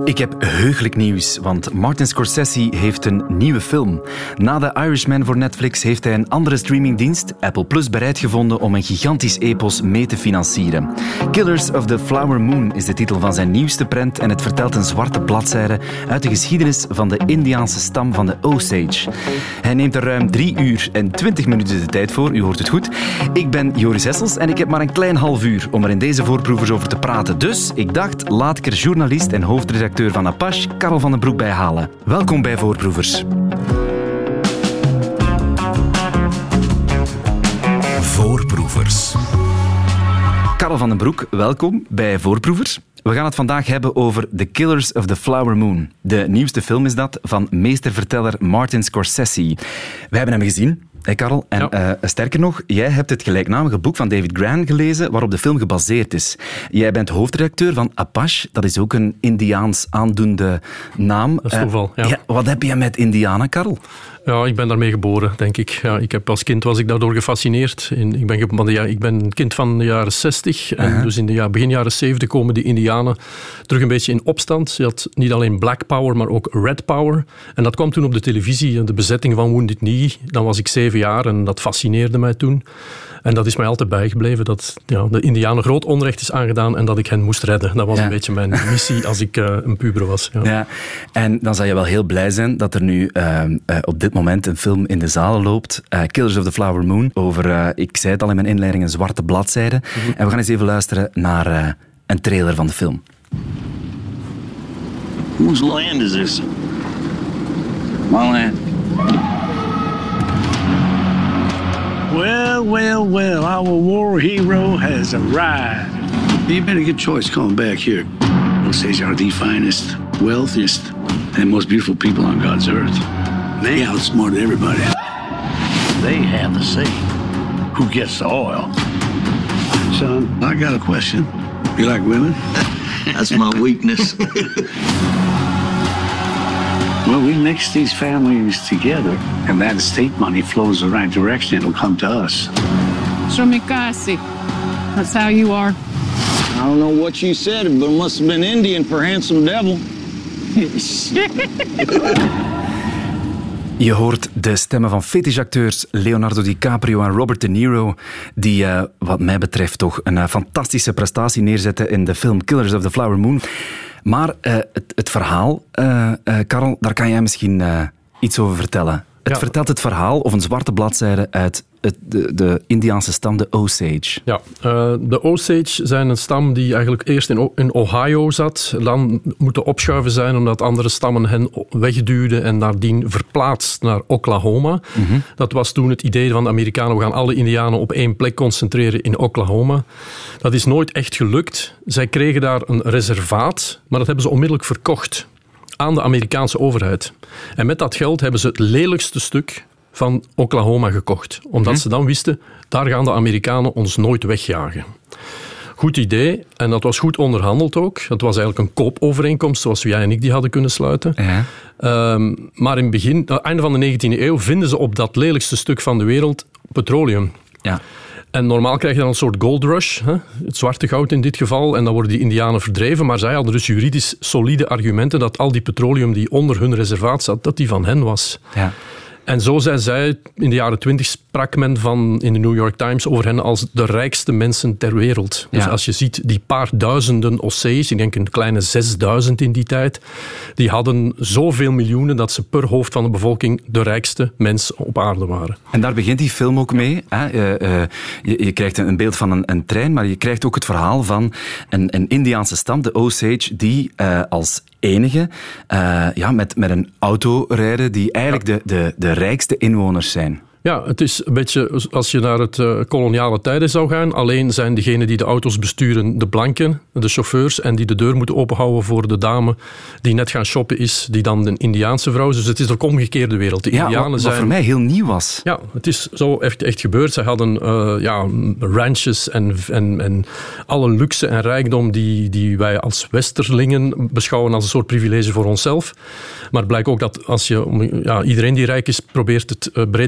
Ik heb heugelijk nieuws, want Martin Scorsese heeft een nieuwe film. Na The Irishman voor Netflix heeft hij een andere streamingdienst, Apple Plus, bereid gevonden om een gigantisch epos mee te financieren. Killers of the Flower Moon is de titel van zijn nieuwste prent en het vertelt een zwarte bladzijde uit de geschiedenis van de Indiaanse stam van de Osage. Hij neemt er ruim 3 uur en 20 minuten de tijd voor, u hoort het goed. Ik ben Joris Hessels en ik heb maar een klein half uur om er in deze voorproevers over te praten. Dus ik dacht, laat ik er journalist en hoofdredacteur van Apache, Karel van den Broek, bij halen. Welkom bij Voorproevers. Voorproevers. Karel van den Broek, welkom bij Voorproevers. We gaan het vandaag hebben over The Killers of the Flower Moon. De nieuwste film is dat van meesterverteller Martin Scorsese. We hebben hem gezien, hè Karel? En sterker nog, jij hebt het gelijknamige boek van David Grann gelezen waarop de film gebaseerd is. Jij bent hoofdredacteur van Apache. Dat is ook een Indiaans aandoende naam. Dat is toeval, ja. Wat heb je met Indianen, Karel? Ja, ik ben daarmee geboren, denk ik. Ja, als kind was ik daardoor gefascineerd. Ik ben een kind van de jaren 60. En dus in de begin jaren 70 komen de Indianen terug een beetje in opstand. Je had niet alleen Black Power, maar ook Red Power. En dat kwam toen op de televisie, de bezetting van Wounded Knee. Dan was ik 7 jaar en dat fascineerde mij toen. En dat is mij altijd bijgebleven, dat de Indianen groot onrecht is aangedaan en dat ik hen moest redden. Dat was een beetje mijn missie als ik een puber was. Ja. Ja. En dan zal je wel heel blij zijn dat er nu op dit moment een film in de zalen loopt. Killers of the Flower Moon. Over, ik zei het al in mijn inleiding, een zwarte bladzijde. Mm-hmm. En we gaan eens even luisteren naar een trailer van de film. Whose land is this? My land. Well, our war hero has arrived. You made a good choice coming back here. Osage are the finest, wealthiest, and most beautiful people on God's earth. They outsmarted everybody. They have the say. Who gets the oil? Son, I got a question. You like women? That's my weakness. Well, we mix these families together, and that estate money flows the right direction. It'll come to us. Shomikasi. That's how you are. I don't know what you said, but it must have been Indian for handsome devil. Je hoort de stemmen van fetishacteurs Leonardo DiCaprio en Robert De Niro, die wat mij betreft toch een fantastische prestatie neerzetten in de film Killers of the Flower Moon. Maar het verhaal, Karel, daar kan jij misschien iets over vertellen. Het vertelt het verhaal, of een zwarte bladzijde, uit de Indiaanse stam, de Osage. Ja, de Osage zijn een stam die eigenlijk eerst in Ohio zat. Dan moeten opschuiven zijn omdat andere stammen hen wegduwden en nadien verplaatst naar Oklahoma. Mm-hmm. Dat was toen het idee van de Amerikanen. We gaan alle Indianen op één plek concentreren in Oklahoma. Dat is nooit echt gelukt. Zij kregen daar een reservaat, maar dat hebben ze onmiddellijk verkocht aan de Amerikaanse overheid. En met dat geld hebben ze het lelijkste stuk van Oklahoma gekocht. Omdat ze dan wisten, daar gaan de Amerikanen ons nooit wegjagen. Goed idee. En dat was goed onderhandeld ook. Dat was eigenlijk een koopovereenkomst, zoals jij en ik die hadden kunnen sluiten. Ja. Maar in het einde van de 19e eeuw vinden ze op dat lelijkste stuk van de wereld petroleum. Ja. En normaal krijg je dan een soort gold rush, hè? Het zwarte goud in dit geval, en dan worden die Indianen verdreven. Maar zij hadden dus juridisch solide argumenten dat al die petroleum die onder hun reservaat zat, dat die van hen was. Ja. En zo zei zij, in de jaren 20 sprak men in de New York Times over hen als de rijkste mensen ter wereld. Dus als je ziet die paar duizenden Osage, ik denk een kleine 6000 in die tijd, die hadden zoveel miljoenen dat ze per hoofd van de bevolking de rijkste mens op aarde waren. En daar begint die film ook mee. Hè? Je krijgt een beeld van een trein, maar je krijgt ook het verhaal van een Indiaanse stam, de Osage, die als enige met een auto rijden die eigenlijk de rijkste inwoners zijn. Ja, het is een beetje als je naar het koloniale tijden zou gaan. Alleen zijn degenen die de auto's besturen de blanken, de chauffeurs, en die de deur moeten openhouden voor de dame die net gaan shoppen is, die dan de Indiaanse vrouw is. Dus het is de omgekeerde wereld. De Indianen wat zijn, voor mij heel nieuw was. Ja, het is zo echt gebeurd. Zij hadden ranches en alle luxe en rijkdom die wij als westerlingen beschouwen als een soort privilege voor onszelf. Maar het blijkt ook dat als je iedereen die rijk is probeert het breed te laten hangen,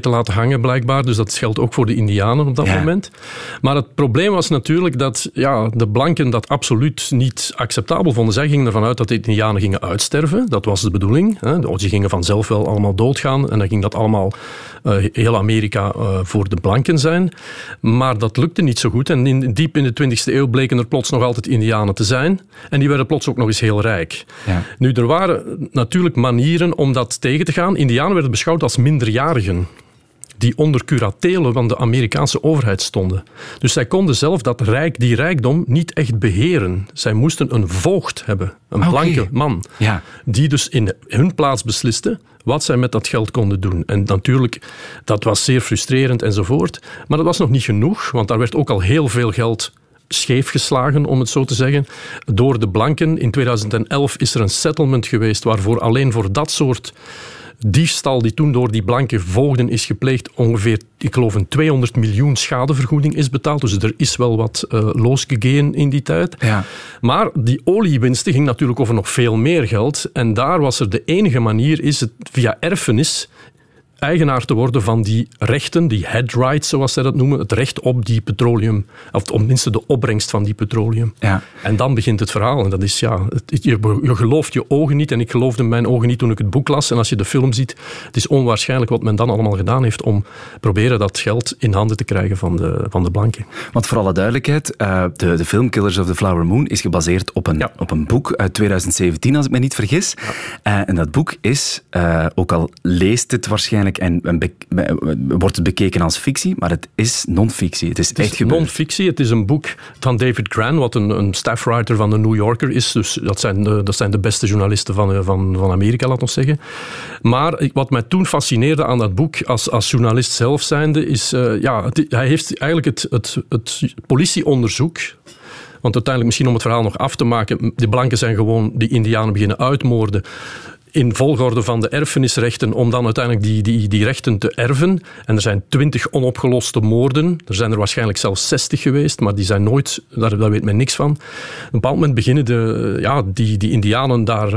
gevangen blijkbaar. Dus dat geldt ook voor de Indianen op dat moment. Maar het probleem was natuurlijk dat de blanken dat absoluut niet acceptabel vonden. Zij gingen ervan uit dat de Indianen gingen uitsterven. Dat was de bedoeling. Ze gingen vanzelf wel allemaal doodgaan. En dan ging dat allemaal heel Amerika voor de blanken zijn. Maar dat lukte niet zo goed. En diep in de 20e eeuw bleken er plots nog altijd Indianen te zijn. En die werden plots ook nog eens heel rijk. Ja. Nu, er waren natuurlijk manieren om dat tegen te gaan. Indianen werden beschouwd als minderjarigen die onder curatele van de Amerikaanse overheid stonden. Dus zij konden zelf die rijkdom niet echt beheren. Zij moesten een voogd hebben, een blanke man, die dus in hun plaats besliste wat zij met dat geld konden doen. En natuurlijk, dat was zeer frustrerend enzovoort. Maar dat was nog niet genoeg, want daar werd ook al heel veel geld scheefgeslagen, om het zo te zeggen, door de blanken. In 2011 is er een settlement geweest waarvoor alleen voor dat soort diefstal die toen door die blanke voogden is gepleegd, ongeveer, ik geloof, een 200 miljoen schadevergoeding is betaald. Dus er is wel wat losgegaan in die tijd. Ja. Maar die oliewinsten ging natuurlijk over nog veel meer geld. En daar was er de enige manier, is het via erfenis eigenaar te worden van die rechten, die head rights, zoals zij dat noemen, het recht op die petroleum, of tenminste de opbrengst van die petroleum. Ja. En dan begint het verhaal. En dat is, je gelooft je ogen niet, en ik geloofde mijn ogen niet toen ik het boek las. En als je de film ziet, het is onwaarschijnlijk wat men dan allemaal gedaan heeft om proberen dat geld in handen te krijgen van de blanken. Want voor alle duidelijkheid, de film Killers of the Flower Moon is gebaseerd op een boek uit 2017, als ik me niet vergis. Ja. En dat boek is, ook al leest het waarschijnlijk en wordt het bekeken als fictie, maar het is non-fictie. Het is echt gebeurd. Non-fictie. Het is een boek van David Grann, wat een staffwriter van de New Yorker is. Dus dat zijn de beste journalisten van Amerika, laat ons zeggen. Maar wat mij toen fascineerde aan dat boek, als journalist zelf zijnde, is hij heeft eigenlijk het politieonderzoek. Want uiteindelijk, misschien om het verhaal nog af te maken, de blanken zijn gewoon die Indianen beginnen uitmoorden in volgorde van de erfenisrechten, om dan uiteindelijk die rechten te erven. En er zijn 20 onopgeloste moorden. Er zijn er waarschijnlijk zelfs 60 geweest, maar die zijn nooit, daar weet men niks van. Op een bepaald moment beginnen die Indianen daar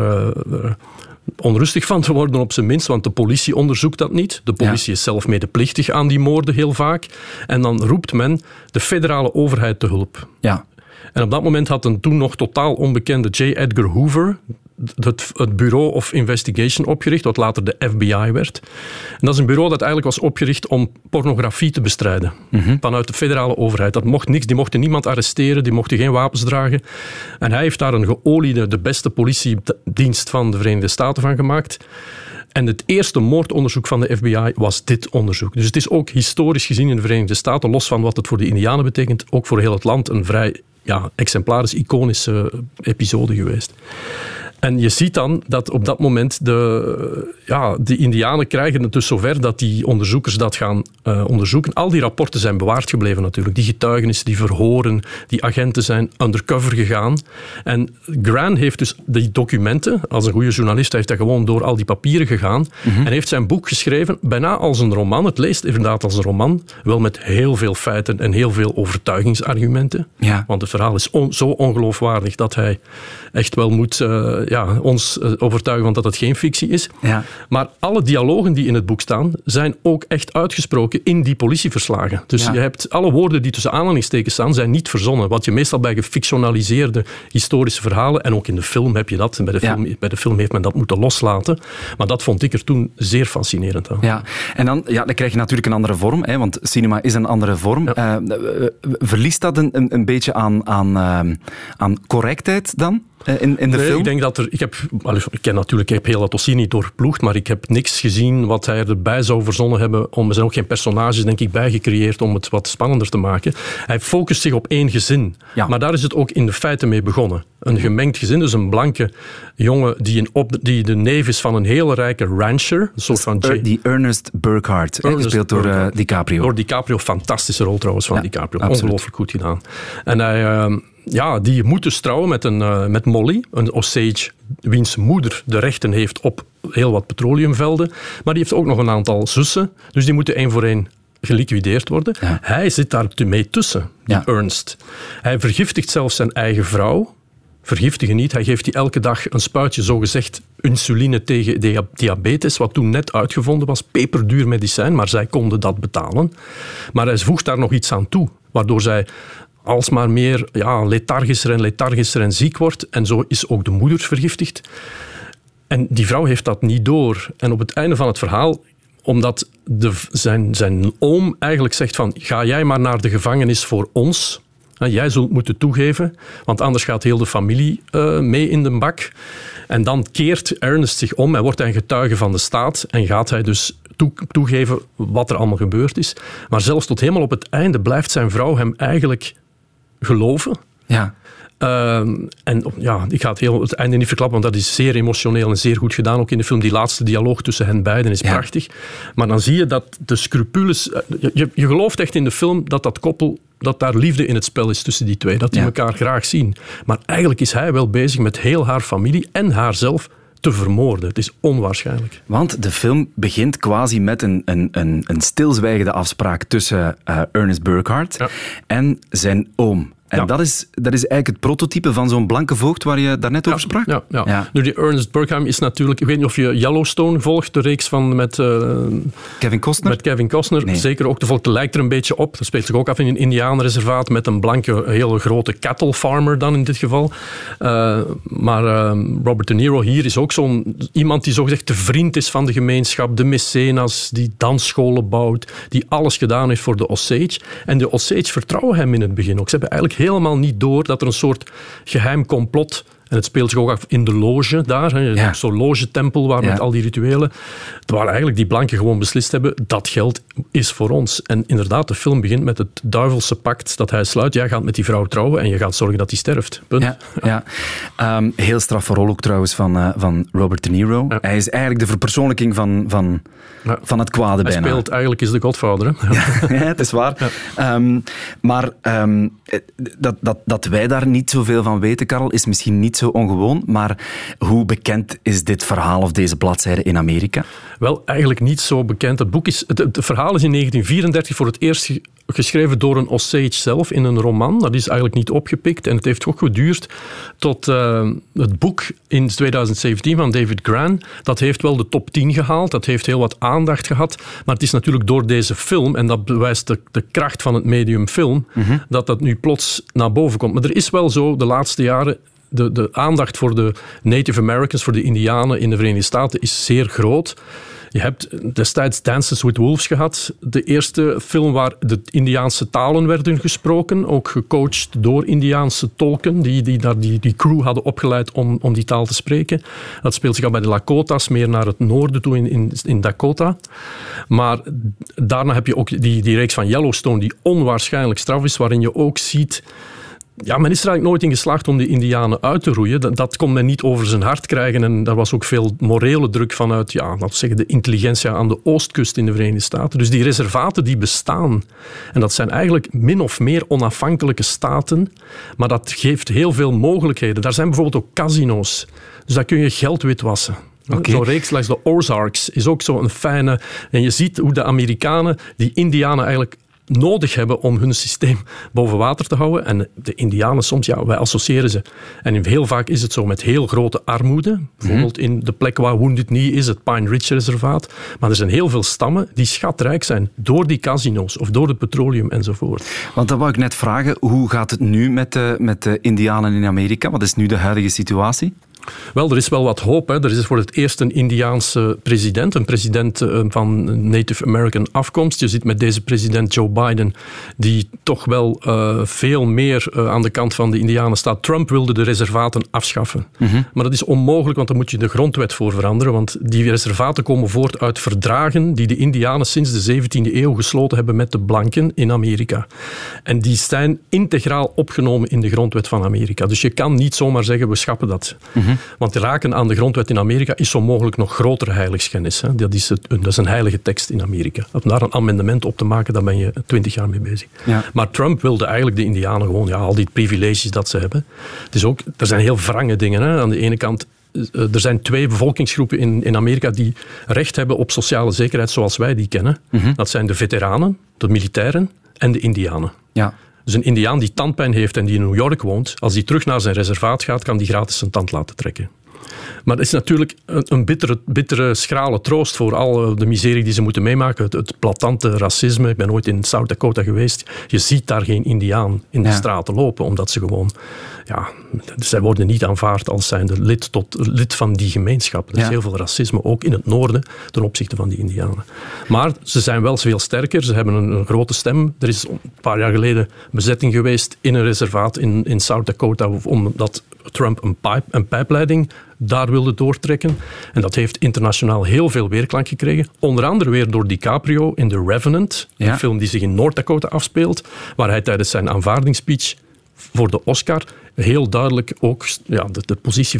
onrustig van te worden, op zijn minst, want de politie onderzoekt dat niet. De politie is zelf medeplichtig aan die moorden heel vaak. En dan roept men de federale overheid te hulp. Ja. En op dat moment had een toen nog totaal onbekende J. Edgar Hoover het Bureau of Investigation opgericht, wat later de FBI werd. En dat is een bureau dat eigenlijk was opgericht om pornografie te bestrijden. Vanuit de federale overheid. Dat mocht niks, die mochten niemand arresteren, die mochten geen wapens dragen. En hij heeft daar een geoliede, de beste politiedienst van de Verenigde Staten van gemaakt. En het eerste moordonderzoek van de FBI was dit onderzoek. Dus het is ook historisch gezien in de Verenigde Staten, los van wat het voor de Indianen betekent, ook voor heel het land een vrij exemplarisch, iconische episode geweest. En je ziet dan dat op dat moment de Indianen krijgen het dus zover dat die onderzoekers dat gaan onderzoeken. Al die rapporten zijn bewaard gebleven natuurlijk. Die getuigenissen, die verhoren, die agenten zijn undercover gegaan. En Grann heeft dus die documenten, als een goede journalist, heeft hij gewoon door al die papieren gegaan en heeft zijn boek geschreven, bijna als een roman. Het leest inderdaad als een roman, wel met heel veel feiten en heel veel overtuigingsargumenten. Ja. Want het verhaal is zo ongeloofwaardig dat hij echt wel moet ons overtuigen van dat het geen fictie is. Ja. Maar alle dialogen die in het boek staan, zijn ook echt uitgesproken in die politieverslagen. Dus je hebt alle woorden die tussen aanhalingstekens staan, zijn niet verzonnen. Wat je meestal bij gefictionaliseerde historische verhalen, en ook in de film heb je dat, en bij de film heeft men dat moeten loslaten. Maar dat vond ik er toen zeer fascinerend aan. Ja. En dan krijg je natuurlijk een andere vorm, want cinema is een andere vorm. Ja. Verliest dat een beetje aan correctheid dan? In de film? Ik denk dat ik heb heel Tossini niet doorploegd, maar ik heb niks gezien wat hij erbij zou verzonnen hebben. Er zijn ook geen personages, denk ik, bijgecreëerd om het wat spannender te maken. Hij focust zich op één gezin. Ja. Maar daar is het ook in de feiten mee begonnen. Een gemengd gezin, dus een blanke jongen die de neef is van een hele rijke rancher. Een soort van die Ernest Burkhart, gespeeld door DiCaprio. Door DiCaprio, fantastische rol trouwens van DiCaprio. Absoluut. Ongelooflijk goed gedaan. En hij die moet dus trouwen met Molly, een Osage, wiens moeder de rechten heeft op heel wat petroleumvelden. Maar die heeft ook nog een aantal zussen, dus die moeten één voor één geliquideerd worden. Ja. Hij zit daar mee tussen, die Ernst. Hij vergiftigt zelfs zijn eigen vrouw, vergiftigen niet. Hij geeft die elke dag een spuitje, zogezegd insuline tegen diabetes, wat toen net uitgevonden was. Peperduur medicijn, maar zij konden dat betalen. Maar hij voegt daar nog iets aan toe, waardoor zij alsmaar meer lethargischer en ziek wordt. En zo is ook de moeder vergiftigd. En die vrouw heeft dat niet door. En op het einde van het verhaal, omdat zijn oom eigenlijk zegt van, ga jij maar naar de gevangenis voor ons. Jij zult moeten toegeven, want anders gaat heel de familie mee in de bak. En dan keert Ernest zich om en wordt hij een getuige van de staat en gaat hij dus toegeven wat er allemaal gebeurd is. Maar zelfs tot helemaal op het einde blijft zijn vrouw hem eigenlijk geloven. Ja. Ik ga het einde niet verklappen, want dat is zeer emotioneel en zeer goed gedaan. Ook in de film, die laatste dialoog tussen hen beiden is prachtig. Maar dan zie je dat de scrupules... Je gelooft echt in de film dat koppel, dat daar liefde in het spel is tussen die twee. Dat die elkaar graag zien. Maar eigenlijk is hij wel bezig met heel haar familie en haarzelf te vermoorden. Het is onwaarschijnlijk. Want de film begint quasi met een stilzwijgende afspraak tussen Ernest Burkhardt en zijn oom. En dat is eigenlijk het prototype van zo'n blanke voogd waar je daarnet over sprak? Ja. Nu, die Ernest Burkheim is natuurlijk... Ik weet niet of je Yellowstone volgt, de reeks met Kevin Costner? Met Kevin Costner. Nee. Zeker ook. De volk lijkt er een beetje op. Dat speelt zich ook af in een indianenreservaat met een blanke, hele grote cattle farmer dan in dit geval. Maar Robert De Niro hier is ook iemand die zogezegd de vriend is van de gemeenschap, de mecenas, die dansscholen bouwt, die alles gedaan heeft voor de Osage. En de Osage vertrouwen hem in het begin ook. Ze hebben eigenlijk helemaal niet door dat er een soort geheim complot... En het speelt zich ook af in de loge daar. Zo'n logetempel waar met al die rituelen. Waar eigenlijk die blanken gewoon beslist hebben, dat geld is voor ons. En inderdaad, de film begint met het duivelse pact dat hij sluit. Jij gaat met die vrouw trouwen en je gaat zorgen dat hij sterft. Punt. Ja. Heel straffe rol ook trouwens van Robert De Niro. Ja. Hij is eigenlijk de verpersoonlijking van het kwade bijna. Hij speelt eigenlijk is de Godfather. Ja, het is waar. Ja. Maar dat wij daar niet zoveel van weten, Karel, is misschien niet zo ongewoon, maar hoe bekend is dit verhaal of deze bladzijde in Amerika? Wel, eigenlijk niet zo bekend. Het verhaal is in 1934 voor het eerst geschreven door een Osage zelf in een roman. Dat is eigenlijk niet opgepikt en het heeft ook geduurd tot het boek in 2017 van David Grann. Dat heeft wel de top 10 gehaald, dat heeft heel wat aandacht gehad, maar het is natuurlijk door deze film, en dat bewijst de kracht van het medium film, dat nu plots naar boven komt. Maar er is wel zo de laatste jaren de aandacht voor de Native Americans, voor de Indianen in de Verenigde Staten is zeer groot. Je hebt destijds Dances with Wolves gehad. De eerste film waar de Indiaanse talen werden gesproken. Ook gecoacht door Indiaanse tolken die crew hadden opgeleid om die taal te spreken. Dat speelt zich af bij de Lakota's, meer naar het noorden toe in Dakota. Maar daarna heb je ook die reeks van Yellowstone die onwaarschijnlijk straf is, waarin je ook ziet... Ja, men is er eigenlijk nooit in geslaagd om de Indianen uit te roeien. Dat kon men niet over zijn hart krijgen. En daar was ook veel morele druk vanuit, laten we zeggen, de intelligentia aan de oostkust in de Verenigde Staten. Dus die reservaten die bestaan. En dat zijn eigenlijk min of meer onafhankelijke staten. Maar dat geeft heel veel mogelijkheden. Daar zijn bijvoorbeeld ook casino's. Dus daar kun je geld witwassen. Okay. Zo'n reeks als de Ozarks is ook zo'n fijne... En je ziet hoe de Amerikanen die Indianen eigenlijk nodig hebben om hun systeem boven water te houden. En de Indianen soms, wij associëren ze. En heel vaak is het zo met heel grote armoede. Bijvoorbeeld in de plek waar Wounded Knee is, het Pine Ridge reservaat. Maar er zijn heel veel stammen die schatrijk zijn door die casino's of door het petroleum enzovoort. Want dat wou ik net vragen. Hoe gaat het nu met de Indianen in Amerika? Wat is nu de huidige situatie? Wel, er is wel wat hoop. Hè. Er is voor het eerst een Indiaanse president, een president van Native American afkomst. Je ziet met deze president Joe Biden, die toch wel veel meer aan de kant van de Indianen staat. Trump wilde de reservaten afschaffen. Maar dat is onmogelijk, want daar moet je de grondwet voor veranderen. Want die reservaten komen voort uit verdragen die de Indianen sinds de 17e eeuw gesloten hebben met de blanken in Amerika. En die zijn integraal opgenomen in de grondwet van Amerika. Dus je kan niet zomaar zeggen, we schrappen dat. Want raken aan de grondwet in Amerika is zo mogelijk nog grotere heiligschennis. Hè. Dat is een heilige tekst in Amerika. Om daar een amendement op te maken, daar ben je 20 jaar mee bezig. Ja. Maar Trump wilde eigenlijk de Indianen gewoon, al die privileges dat ze hebben. Dus ook, er zijn heel wrange dingen. Hè. Aan de ene kant, er zijn 2 bevolkingsgroepen in Amerika die recht hebben op sociale zekerheid zoals wij die kennen. Dat zijn de veteranen, de militairen en de Indianen. Ja. Dus een Indiaan die tandpijn heeft en die in New York woont, als die terug naar zijn reservaat gaat, kan die gratis zijn tand laten trekken. Maar het is natuurlijk een bittere, schrale troost voor al de miserie die ze moeten meemaken. Het platante racisme. Ik ben ooit in South Dakota geweest. Je ziet daar geen Indiaan in de straten lopen, omdat ze gewoon... Ja, zij worden niet aanvaard als zijnde lid van die gemeenschap. Er is heel veel racisme, ook in het noorden, ten opzichte van die Indianen. Maar ze zijn wel veel sterker. Ze hebben een grote stem. Er is een paar jaar geleden bezetting geweest in een reservaat in South Dakota, omdat Trump een pijpleiding daar wilde doortrekken. En dat heeft internationaal heel veel weerklank gekregen. Onder andere weer door DiCaprio in The Revenant, een film die zich in North Dakota afspeelt, waar hij tijdens zijn aanvaardingsspeech voor de Oscar heel duidelijk ook de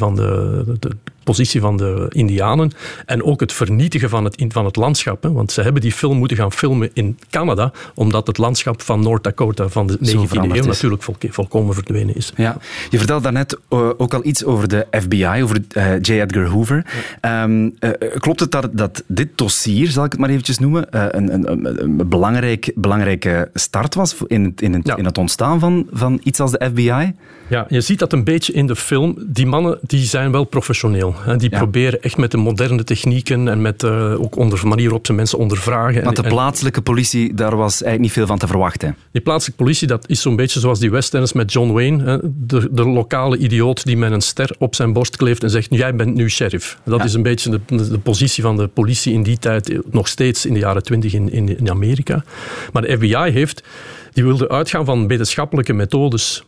positie van de Indianen en ook het vernietigen van het landschap. Hè, want ze hebben die film moeten gaan filmen in Canada, omdat het landschap van North Dakota van de 19e eeuw natuurlijk volkomen verdwenen is. Ja. Je vertelde daarnet ook al iets over de FBI, over J. Edgar Hoover. Ja. Klopt het dat dit dossier, zal ik het maar eventjes noemen, een belangrijke start was in het ontstaan van iets als de FBI? Ja, je ziet dat een beetje in de film. Die mannen die zijn wel professioneel. Hè. Die proberen echt met de moderne technieken en met ook manier waarop ze mensen ondervragen. Want de plaatselijke politie, daar was eigenlijk niet veel van te verwachten. Die plaatselijke politie, dat is zo'n beetje zoals die westerns met John Wayne. Hè. De lokale idioot die met een ster op zijn borst kleeft en zegt, jij bent nu sheriff. Dat is een beetje de positie van de politie in die tijd, nog steeds in de jaren 20 in Amerika. Maar de FBI die wilden uitgaan van wetenschappelijke methodes.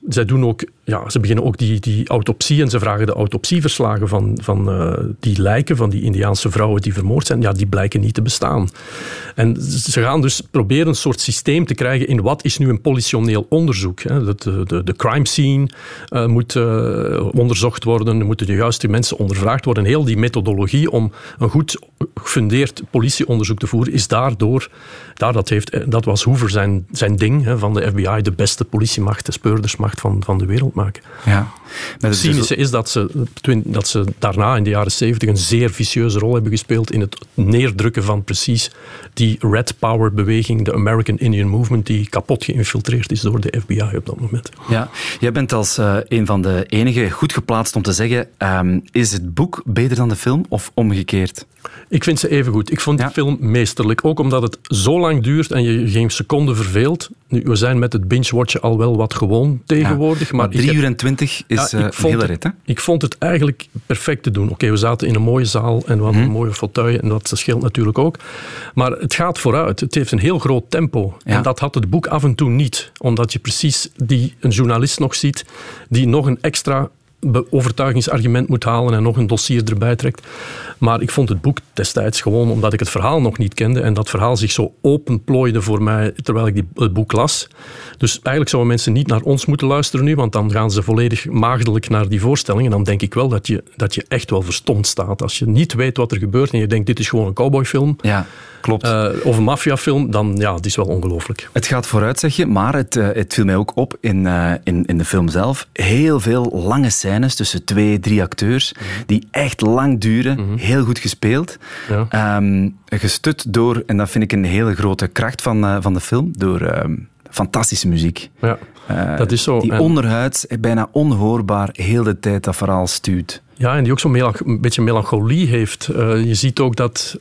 Ze beginnen ook die autopsie en ze vragen de autopsieverslagen van die lijken, van die Indiaanse vrouwen die vermoord zijn. Ja, die blijken niet te bestaan. En ze gaan dus proberen een soort systeem te krijgen in wat is nu een politioneel onderzoek. De crime scene moet onderzocht worden, er moeten de juiste mensen ondervraagd worden. Heel die methodologie om een goed gefundeerd politieonderzoek te voeren is dat was Hoover zijn ding, van de FBI de beste politiemacht, de speurdersmacht van de wereld maken. Ja. Het cynische is dat ze daarna in de jaren 70 een zeer vicieuze rol hebben gespeeld in het neerdrukken van precies die Red Power beweging, de American Indian Movement, die kapot geïnfiltreerd is door de FBI op dat moment. Ja, jij bent als een van de enigen goed geplaatst om te zeggen, is het boek beter dan de film of omgekeerd? Ik vind ze even goed. Ik vond die film meesterlijk. Ook omdat het zo lang duurt en je geen seconde verveelt. Nu, we zijn met het binge-watchen al wel wat gewoon tegenwoordig. Ja, maar 3 uur en 20 is een hele rit, hè? Ik vond het eigenlijk perfect te doen. Oké, we zaten in een mooie zaal en we hadden een mooie fauteuil en dat scheelt natuurlijk ook. Maar het gaat vooruit. Het heeft een heel groot tempo. Ja. En dat had het boek af en toe niet. Omdat je precies een journalist nog ziet die nog een extra overtuigingsargument moet halen en nog een dossier erbij trekt. Maar ik vond het boek destijds gewoon omdat ik het verhaal nog niet kende en dat verhaal zich zo openplooide voor mij terwijl ik het boek las. Dus eigenlijk zouden mensen niet naar ons moeten luisteren nu, want dan gaan ze volledig maagdelijk naar die voorstelling en dan denk ik wel dat je echt wel verstomd staat. Als je niet weet wat er gebeurt en je denkt dit is gewoon een cowboyfilm. Ja. Klopt. Of een maffiafilm, dan het is wel ongelooflijk. Het gaat vooruit, zeg je, maar het viel mij ook op in de film zelf. Heel veel lange scènes tussen 2-3 acteurs die echt lang duren. Heel goed gespeeld. Ja. Gestut door, en dat vind ik een hele grote kracht van de film, door fantastische muziek. Ja, dat is zo. Die onderhuids, bijna onhoorbaar, heel de tijd dat verhaal stuurt. Ja, en die ook een beetje melancholie heeft. Je ziet ook dat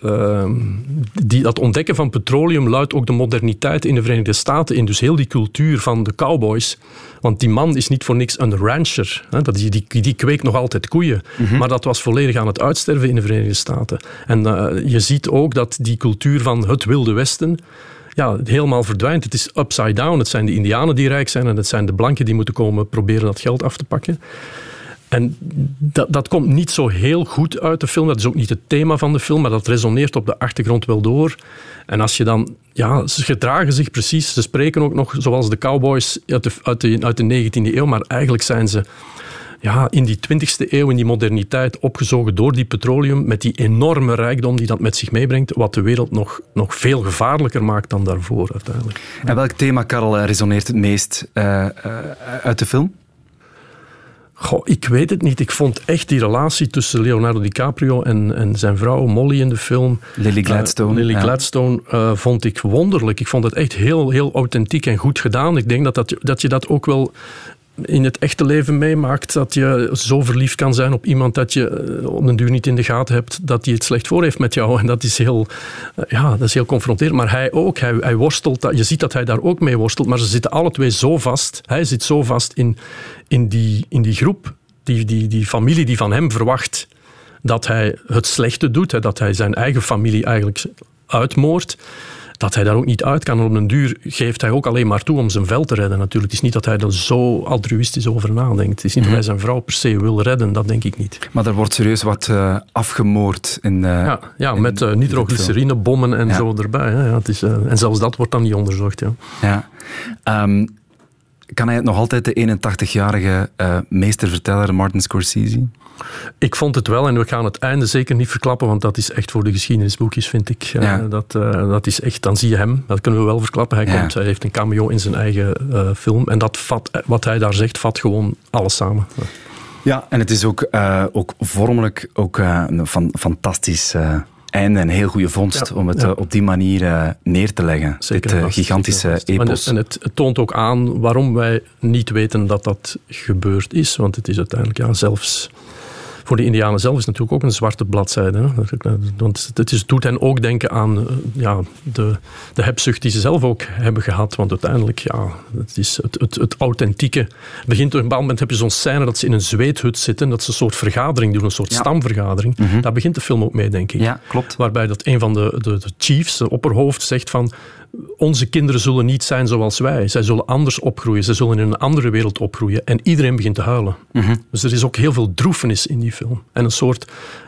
dat ontdekken van petroleum luidt ook de moderniteit in de Verenigde Staten in. Dus heel die cultuur van de cowboys. Want die man is niet voor niks een rancher. Die kweekt nog altijd koeien. Maar dat was volledig aan het uitsterven in de Verenigde Staten. En je ziet ook dat die cultuur van het Wilde Westen helemaal verdwijnt. Het is upside down. Het zijn de Indianen die rijk zijn en het zijn de blanken die moeten komen proberen dat geld af te pakken. En dat komt niet zo heel goed uit de film. Dat is ook niet het thema van de film, maar dat resoneert op de achtergrond wel door. En als je dan... Ja, ze gedragen zich precies. Ze spreken ook nog zoals de cowboys uit de 19e eeuw, maar eigenlijk zijn ze in die 20e eeuw, in die moderniteit, opgezogen door die petroleum, met die enorme rijkdom die dat met zich meebrengt, wat de wereld nog veel gevaarlijker maakt dan daarvoor uiteindelijk. En welk thema, Karel, resoneert het meest uit de film? Goh, ik weet het niet. Ik vond echt die relatie tussen Leonardo DiCaprio en zijn vrouw Molly in de film. Lily Gladstone. Gladstone vond ik wonderlijk. Ik vond het echt heel, heel authentiek en goed gedaan. Ik denk dat je dat ook wel in het echte leven meemaakt, dat je zo verliefd kan zijn op iemand dat je op den duur niet in de gaten hebt dat hij het slecht voor heeft met jou. En dat is heel confronterend. Maar hij ook. Hij worstelt. Je ziet dat hij daar ook mee worstelt. Maar ze zitten alle twee zo vast. Hij zit zo vast in die groep. Die familie die van hem verwacht dat hij het slechte doet. Dat hij zijn eigen familie eigenlijk uitmoordt. Dat hij daar ook niet uit kan. En op den duur geeft hij ook alleen maar toe om zijn vel te redden. Natuurlijk. Het is niet dat hij er zo altruïstisch over nadenkt. Het is niet dat hij zijn vrouw per se wil redden. Dat denk ik niet. Maar er wordt serieus wat afgemoord. Met nitroglycerinebommen en zo erbij. Hè. Ja, het is, en zelfs dat wordt dan niet onderzocht. Ja. Kan hij het nog altijd de 81-jarige meesterverteller Martin Scorsese? Ik vond het wel, en we gaan het einde zeker niet verklappen, want dat is echt voor de geschiedenisboekjes, vind ik. Dat is echt, dan zie je hem, dat kunnen we wel verklappen. Hij heeft een cameo in zijn eigen film en wat hij daar zegt, vat gewoon alles samen. Ja, en het is ook vormelijk een fantastisch einde, een heel goede vondst om het op die manier neer te leggen. Zeker, dit gigantische epos. En het toont ook aan waarom wij niet weten dat gebeurd is, want het is uiteindelijk zelfs voor de Indianen zelf is het natuurlijk ook een zwarte bladzijde. Hè? Want het doet hen ook denken aan de hebzucht die ze zelf ook hebben gehad. Want uiteindelijk, het is het authentieke. Begint op een bepaald moment heb je zo'n scène dat ze in een zweethut zitten, dat ze een soort vergadering doen, een soort stamvergadering. Mm-hmm. Daar begint de film ook mee, denk ik. Ja, klopt. Waarbij dat een van de chiefs, de opperhoofd, zegt van: onze kinderen zullen niet zijn zoals wij. Zij zullen anders opgroeien. Zij zullen in een andere wereld opgroeien. En iedereen begint te huilen. Mm-hmm. Dus er is ook heel veel droefenis in die film. En een soort,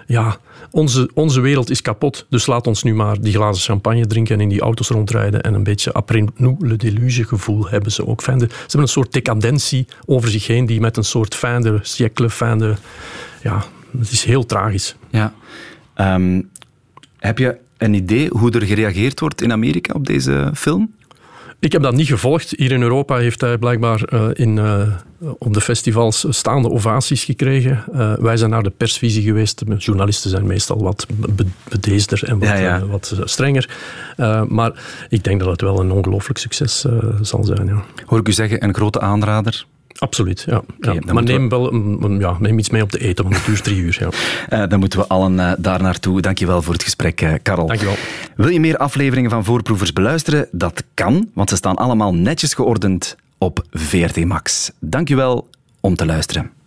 onze wereld is kapot. Dus laat ons nu maar die glazen champagne drinken en in die auto's rondrijden. En een beetje après nous le déluge gevoel hebben ze ook. Ze hebben een soort decadentie over zich heen die met een soort fin de siècle, het is heel tragisch. Ja. Heb je een idee hoe er gereageerd wordt in Amerika op deze film? Ik heb dat niet gevolgd. Hier in Europa heeft hij blijkbaar op de festivals staande ovaties gekregen. Wij zijn naar de persvisie geweest. De journalisten zijn meestal wat bedeesder en wat strenger. Maar ik denk dat het wel een ongelooflijk succes zal zijn. Ja. Hoor ik u zeggen, een grote aanrader? Absoluut, ja. Maar neem iets mee op de eten, want het duurt 3 uur. Ja. Dan moeten we allen daar naartoe. Dank je wel voor het gesprek, Karel. Dank je wel. Wil je meer afleveringen van Voorproevers beluisteren? Dat kan, want ze staan allemaal netjes geordend op VRT Max. Dank je wel om te luisteren.